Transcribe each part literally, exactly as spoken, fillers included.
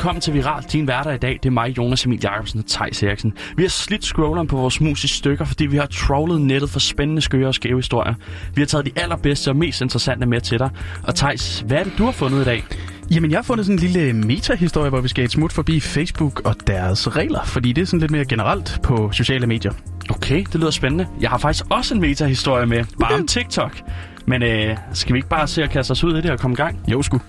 velkommen til Viral, din værter i dag. Det er mig, Jonas Emil Jacobsen og Theis Eriksen. Vi har slidt scrolleren på vores mus i stykker, fordi vi har trollet nettet for spændende, skøre og skæve historier. Vi har taget de allerbedste og mest interessante med til dig. Og Theis, hvad er det, du har fundet i dag? Jamen, jeg har fundet sådan en lille meta-historie, hvor vi skal et smut forbi Facebook og deres regler, fordi det er sådan lidt mere generelt på sociale medier. Okay, det lyder spændende. Jeg har faktisk også en meta-historie med, bare om TikTok. Men øh, skal vi ikke bare se at kaste os ud i det og komme i gang? Jo, sgu.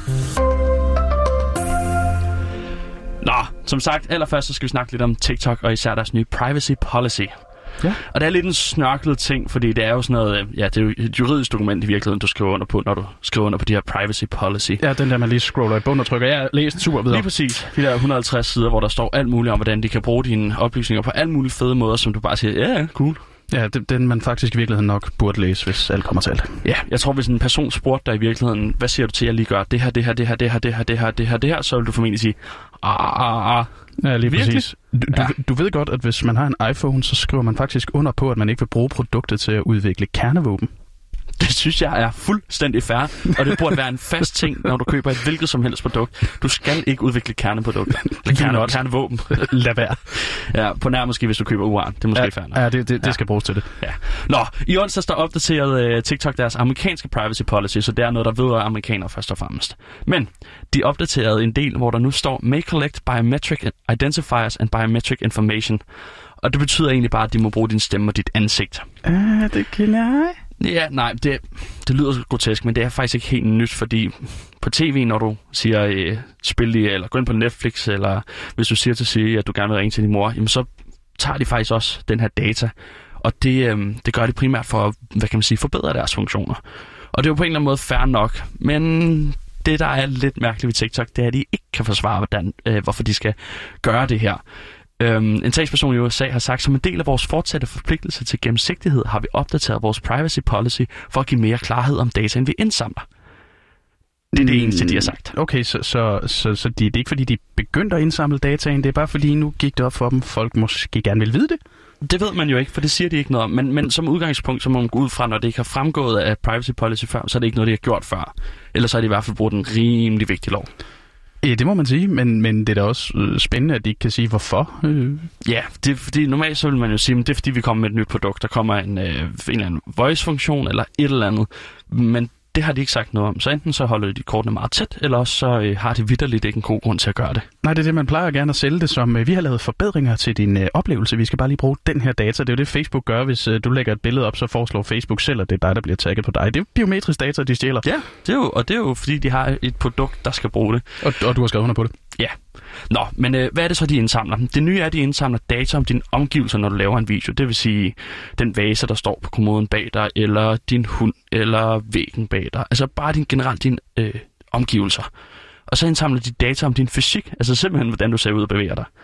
Nå, som sagt, allerførst så skal vi snakke lidt om TikTok og især deres nye privacy policy. Ja. Og det er lidt en snørklet ting, fordi det er jo sådan noget, ja, det er jo et juridisk dokument i virkeligheden, du skriver under på, når du skriver under på de her privacy policy. Ja, den der, man lige scroller i bunden og trykker. Jeg har læst super videre. Lige præcis. De der et hundrede og halvtreds sider, hvor der står alt muligt om, hvordan de kan bruge dine oplysninger på alle mulige fede måder, som du bare siger, ja, ja, cool. Ja, det, den man faktisk i virkeligheden nok burde læse, hvis alt kommer til alt. Ja, jeg tror, hvis en person spurgte dig i virkeligheden, hvad siger du til, at jeg lige gør det her, det her, det her, det her, det her, det her, det her, det her, så vil du formentlig sige, ah, ah, ja, lige virkelig? Præcis. Du, ja. du, du ved godt, at hvis man har en iPhone, så skriver man faktisk under på, at man ikke vil bruge produktet til at udvikle kernevåben. Det synes jeg er fuldstændig fair, og det burde være en fast ting, når du køber et hvilket som helst produkt. Du skal ikke udvikle kerneprodukter. Kerne, kernevåben. Lad være. Ja, på nær måske, hvis du køber uran. Det er måske ja, fair nok. Ja, det, det, det skal ja. bruges til det. Ja. Nå, i onsdags der opdaterede uh, TikTok deres amerikanske privacy policy, så det er noget, der vedrører amerikanere først og fremmest. Men de opdaterede en del, hvor der nu står may collect biometric identifiers and biometric information. Og det betyder egentlig bare, at de må bruge din stemme og dit ansigt. Ja, uh, det kan jeg. Ja, nej, det, det lyder grotesk, men det er faktisk ikke helt nyt, fordi på tv, når du siger øh, spil i, eller gå ind på Netflix, eller hvis du siger til Siri, at du gerne vil ringe til din mor, jamen så tager de faktisk også den her data, og det, øh, det gør de primært for at, hvad kan man sige, forbedre deres funktioner. Og det er jo på en eller anden måde fair nok, men det, der er lidt mærkeligt ved TikTok, det er, at de ikke kan forsvare, hvordan, øh, hvorfor de skal gøre det her. Um, en talsperson i U S A har sagt, som en del af vores fortsatte forpligtelse til gennemsigtighed, har vi opdateret vores privacy policy for at give mere klarhed om dataen, vi indsamler. Det er det eneste, de har sagt. Okay, så, så, så, så det, det er ikke fordi, de begyndte at indsamle dataen, det er bare fordi, nu gik det op for dem, folk måske gerne vil vide det? Det ved man jo ikke, for det siger de ikke noget om. Men, men som udgangspunkt, så må man gå ud fra, når det ikke har fremgået af privacy policy før, så er det ikke noget, de har gjort før. Ellers har de i hvert fald brugt en rimelig vigtig lov. Ja, det må man sige, men, men det er da også øh, spændende, at de ikke kan sige, hvorfor. Øh. Ja, det er fordi, normalt så vil man jo sige, at det er fordi, vi kommer med et nyt produkt. Der kommer en, øh, en eller anden voice-funktion eller et eller andet. Men det har de ikke sagt noget om. Så enten så holder de kortene meget tæt, eller også så øh, har de vitterligt ikke en god grund til at gøre det. Nej, det er det, man plejer gerne at sælge det som, øh, vi har lavet forbedringer til din øh, oplevelse. Vi skal bare lige bruge den her data. Det er jo det, Facebook gør. Hvis øh, du lægger et billede op, så foreslår Facebook selv, at det er dig, der bliver tagget på dig. Det er biometrisk data, de stjæler. Ja, det er jo, og det er jo fordi, de har et produkt, der skal bruge det. Og, og du har skrevet under på det? Ja. Nå, men øh, hvad er det så, de indsamler? Det nye er, at de indsamler data om dine omgivelser, når du laver en video. Det vil sige, den vase, der står på kommoden bag dig, eller din hund, eller væggen bag dig. Altså bare din, generelt dine øh, omgivelser. Og så indsamler de data om din fysik. Altså simpelthen, hvordan du ser ud og bevæger dig.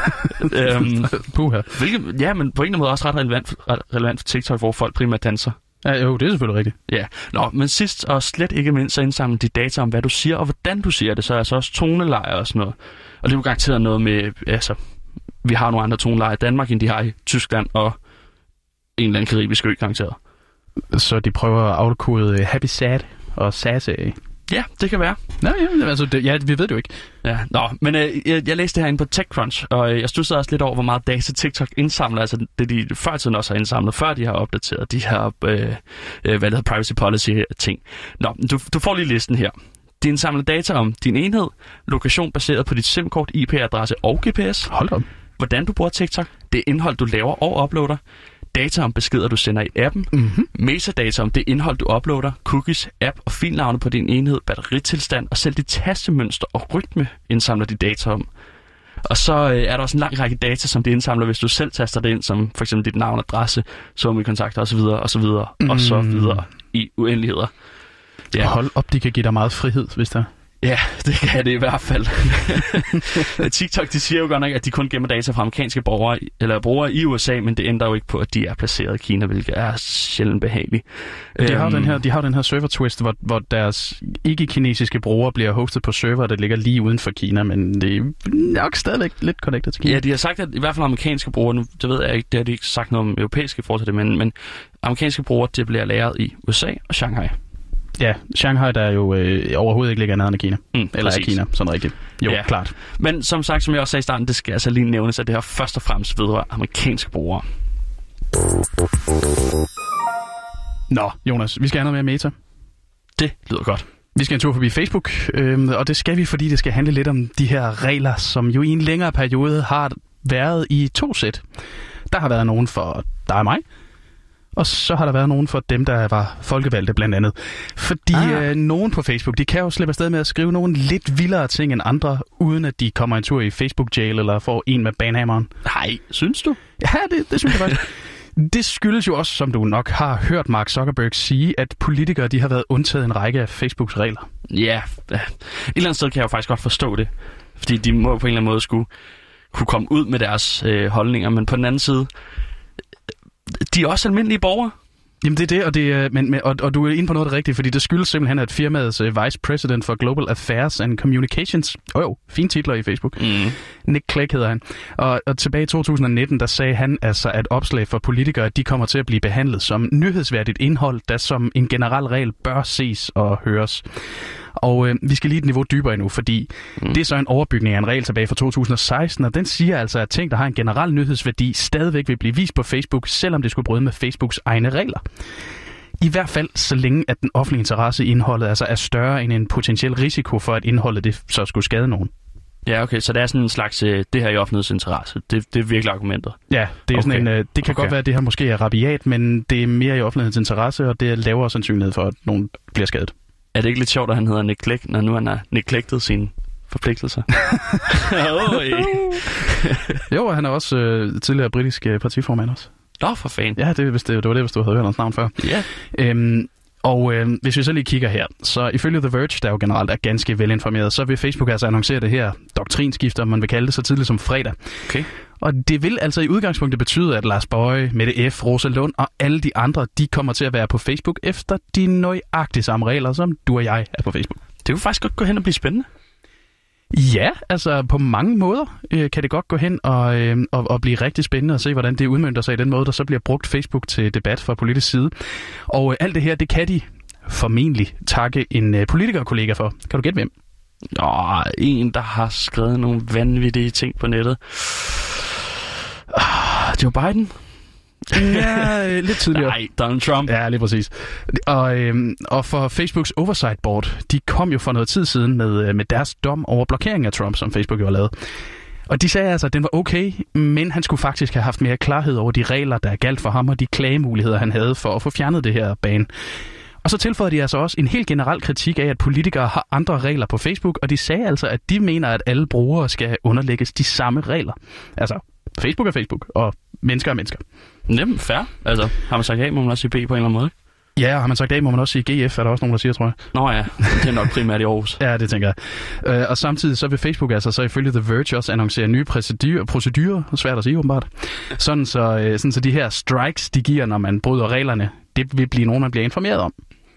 øhm, Puha. Hvilket, ja, men på en eller anden måde også ret relevant, ret relevant for TikTok, hvor folk primært danser. Ja, jo, det er selvfølgelig rigtigt. Ja. Nå, men sidst og slet ikke mindst, så indsamler de data om, hvad du siger, og hvordan du siger det. Så er altså også tonelejer og sådan noget. Og det er jo garanteret noget med, altså, vi har nogle andre tonelejer i Danmark, end de har i Tyskland og en eller anden karibisk ø, garanteret. Så de prøver at afkode happy sad og sassy. Ja, det kan være. Nå, ja, altså, det, ja, vi ved det jo ikke. Ja, nå, men øh, jeg, jeg læste det herinde på TechCrunch, og øh, jeg studsede også lidt over, hvor meget data TikTok indsamler, altså det de før tiden også har indsamlet, før de har opdateret de her, øh, øh, hvad det hedder, privacy policy-ting. Nå, du, du får lige listen her. De indsamler data om din enhed, lokation baseret på dit SIM-kort, I P-adresse og G P S. Hold op. Hvordan du bruger TikTok, det indhold, du laver og uploader, data om beskeder, du sender i appen, mm-hmm. metadata om det indhold, du uploader, cookies, app og filnavne på din enhed, batteritilstand og selv dit tastemønster og rytme indsamler de data om. Og så øh, er der også en lang række data, som de indsamler, hvis du selv taster det ind, som for eksempel dit navn, adresse, SoMe-kontakter osv. osv. Mm. og så videre i uendeligheder. Ja. Hold op, de kan give dig meget frihed, hvis der. Ja, det kan det i hvert fald. TikTok, de siger jo godt nok, at de kun gemmer data fra amerikanske borgere, eller brugere i U S A, men det ændrer jo ikke på, at de er placeret i Kina, hvilket er sjældent behageligt. De har, um, den her, de har den her server twist, hvor, hvor deres ikke-kinesiske brugere bliver hostet på server, der ligger lige uden for Kina, men det er nok stadigvæk lidt connected til Kina. Ja, de har sagt, at i hvert fald amerikanske brugere, nu det ved jeg ikke, det har de ikke sagt noget om europæiske forhold til det, men, men amerikanske brugere, det bliver lagret i U S A og Shanghai. Ja, Shanghai, der er jo øh, overhovedet ikke ligger nærmere end Kina. Mm, Eller er Kina, sådan rigtigt. Jo, ja. Klart. Men som sagt, som jeg også sagde i starten, det skal altså lige nævnes, at det her først og fremmest vedrører amerikanske brugere. Nå, Jonas, vi skal have noget mere Meta. Det lyder godt. Vi skal en tur forbi Facebook, øh, og det skal vi, fordi det skal handle lidt om de her regler, som jo i en længere periode har været i to sæt. Der har været nogen for dig og mig, og så har der været nogen for dem, der var folkevalgte blandt andet. Fordi ah. øh, nogen på Facebook, de kan jo slippe afsted med at skrive nogle lidt vildere ting end andre, uden at de kommer en tur i Facebook-jail eller får en med banhammeren. Nej, synes du? Ja, det, det synes jeg faktisk. Det skyldes jo også, som du nok har hørt Mark Zuckerberg sige, at politikere de har været undtaget en række af Facebooks regler. Ja, et eller andet sted kan jeg jo faktisk godt forstå det. Fordi de må på en eller anden måde skulle kunne komme ud med deres øh, holdninger. Men på den anden side, de er også almindelige borgere. Jamen det er det, og, det, men, og, og du er inde på noget af det rigtige, fordi det skyldes simpelthen, at firmaets uh, Vice President for Global Affairs and Communications, åh jo, fine titler i Facebook, mm. Nick Clegg hedder han, og, og tilbage i to tusind nitten, der sagde han altså, at opslag for politikere, de kommer til at blive behandlet som nyhedsværdigt indhold, der som en generel regel bør ses og høres. Og øh, vi skal lige et niveau dybere endnu, fordi mm. det er så en overbygning af en regel tilbage fra to tusind seksten, og den siger altså, at ting, der har en generel nyhedsværdi, stadigvæk vil blive vist på Facebook, selvom det skulle bryde med Facebooks egne regler. I hvert fald så længe, at den offentlige interesse i indholdet altså er større end en potentiel risiko for, at indholdet det så skulle skade nogen. Ja, okay, så det er sådan en slags, øh, det her i offentlighedens interesse. Det, det er virkelig argumentet. Ja, det er okay. sådan en, øh, det kan okay. godt være, at det her måske er rabiat, men det er mere i offentlighedens interesse, og det er lavere sandsynlighed for, at nogen bliver skadet. Er det ikke lidt sjovt, at han hedder Nick Clegg, når nu han har neglected sine forpligtelser? Jo, og han er også øh, tidligere britisk øh, partiformand også. Nå, for fanden. Ja, det, hvis det, det var det, hvis du havde hørt hans navn før. Ja. Øhm, og øh, hvis vi så lige kigger her, så ifølge The Verge, der jo generelt er ganske velinformeret, så vil Facebook altså annoncere det her doktrinskifte, om man vil kalde det, så tidligt som fredag. Okay. Og det vil altså i udgangspunktet betyde, at Lars Boje, Mette F., Rosa Lund og alle de andre, de kommer til at være på Facebook efter de nøjagtige samme regler, som du og jeg er på Facebook. Det kunne faktisk godt gå hen og blive spændende. Ja, altså på mange måder øh, kan det godt gå hen og, øh, og, og blive rigtig spændende at se, hvordan det udmønter sig i den måde, der så bliver brugt Facebook til debat fra politisk side. Og øh, alt det her, det kan de formentlig takke en øh, politikerkollega for. Kan du gætte hvem? Nå, en, der har skrevet nogle vanvittige ting på nettet. Joe Biden? Ja, øh, lidt tidligere. Nej, Donald Trump. Ja, lige præcis. Og, øhm, og for Facebooks Oversight Board, de kom jo for noget tid siden med, med deres dom over blokering af Trump, som Facebook jo har lavet. Og de sagde altså, at den var okay, men han skulle faktisk have haft mere klarhed over de regler, der er galt for ham, og de klagemuligheder, han havde for at få fjernet det her ban. Og så tilføjede de altså også en helt generel kritik af, at politikere har andre regler på Facebook, og de sagde altså, at de mener, at alle brugere skal underlægges de samme regler. Altså, Facebook er Facebook, og mennesker er mennesker. Jamen, fair. Altså, har man sagt A, må man også sige B på en eller anden måde. Ja, og har man sagt A, må man også sige G F, er der også nogen, der siger, tror jeg. Nå ja, det er nok primært i Aarhus. Ja, det tænker jeg. Øh, og samtidig så vil Facebook altså så ifølge The Verge også annoncere nye procedurer, procedurer svært at sige åbenbart, sådan så, øh, sådan så de her strikes, de giver, når man bryder reglerne, det vil blive nogen, man bliver informeret om.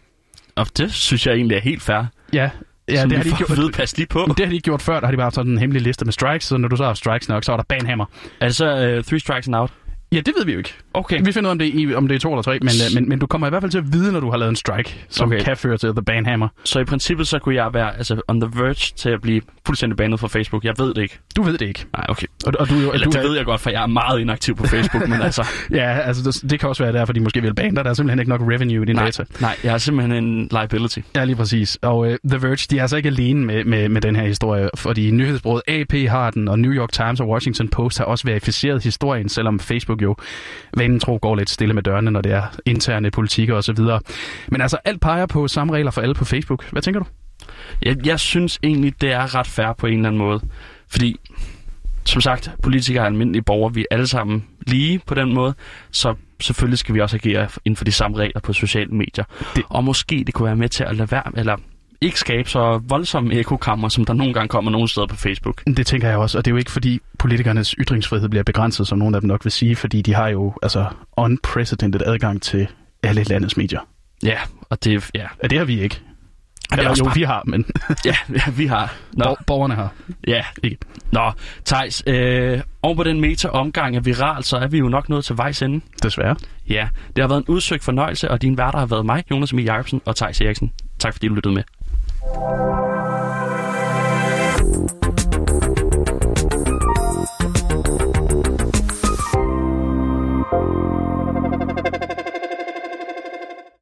Og det synes jeg egentlig er helt fair. Ja. Ja, som det har de gjort. Ved, pas lige på. Det har de ikke gjort før, der har de bare haft sådan en hemmelig liste med strikes, så når du så har strikes nok, så er der banhammer. Er det så uh, three strikes and out? Ja, det ved vi jo ikke. Okay. Vi finder ud af, om det er, om det er to eller tre, men, men, men du kommer i hvert fald til at vide, når du har lavet en strike, som okay. kan føre til the banhammer. Så i princippet så kunne jeg være altså on the verge til at blive fuldstændig banet fra Facebook. Jeg ved det ikke. Du ved det ikke. Nej, okay. Og, og du, eller du, det ved jeg godt, for jeg er meget inaktiv på Facebook, men altså... Ja, altså det, det kan også være derfor, de måske vil bane dig. Der er simpelthen ikke nok revenue i din nej, data. Nej, jeg er simpelthen en liability. Ja, lige præcis. Og uh, The Verge, de er altså ikke alene med, med, med den her historie, fordi nyhedsbureauet A P har den, og New York Times og Washington Post har også verificeret historien, selvom Facebook jo vanen tro går lidt stille med dørene, når det er interne politikker osv. Men altså, alt peger på samme regler for alle på Facebook. Hvad tænker du? Jeg, jeg synes egentlig, det er ret fair på en eller anden måde. Fordi, som sagt, politikere er almindelige borgere. Vi er alle sammen lige på den måde. Så selvfølgelig skal vi også agere inden for de samme regler på sociale medier. Det... Og måske det kunne være med til at lade være, eller ikke skabe så voldsomme ekokammer, som der nogle gange kommer nogle steder på Facebook. Det tænker jeg også, og det er jo ikke fordi politikernes ytringsfrihed bliver begrænset, som nogen af dem nok vil sige, fordi de har jo altså unprecedented adgang til alle landets medier. Ja, og det, ja. ja, det har vi ikke. Og det er er jo, bare... vi har, men... ja, ja, vi har. Bor- borgerne har. Ja. Ikke. Nå, Theis, øh, oven på den meta-omgang af viral, så er vi jo nok nået til vejs ende. Desværre. Ja, det har været en udsøgt fornøjelse, og dine værter har været mig, Jonas Emil Jacobsen og Theis Eriksen. Tak. tak fordi du lyttede med.